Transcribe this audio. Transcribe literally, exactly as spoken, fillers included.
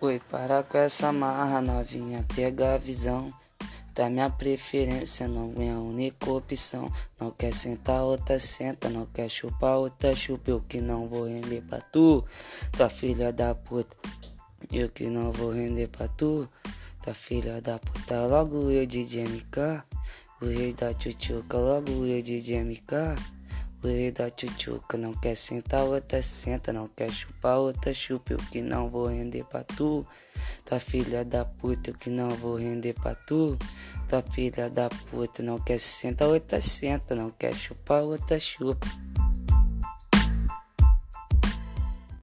Oi, para com essa marra, novinha, pega a visão. Tá minha preferência, não é a única opção. Não quer sentar, outra senta. Não quer chupar, outra chupa. Eu que não vou render pra tu, tua filha da puta. Eu que não vou render pra tu, tua filha da puta. Logo eu de M K, o rei da tchutchuca. Logo eu de M K, o rei da tchutchuca. Não quer sentar, outra senta. Não quer chupar, outra chupa. Eu que não vou render pra tu, tua filha da puta. Eu que não vou render pra tu, tua filha da puta. Não quer sentar, outra senta. Não quer chupar, outra chupa.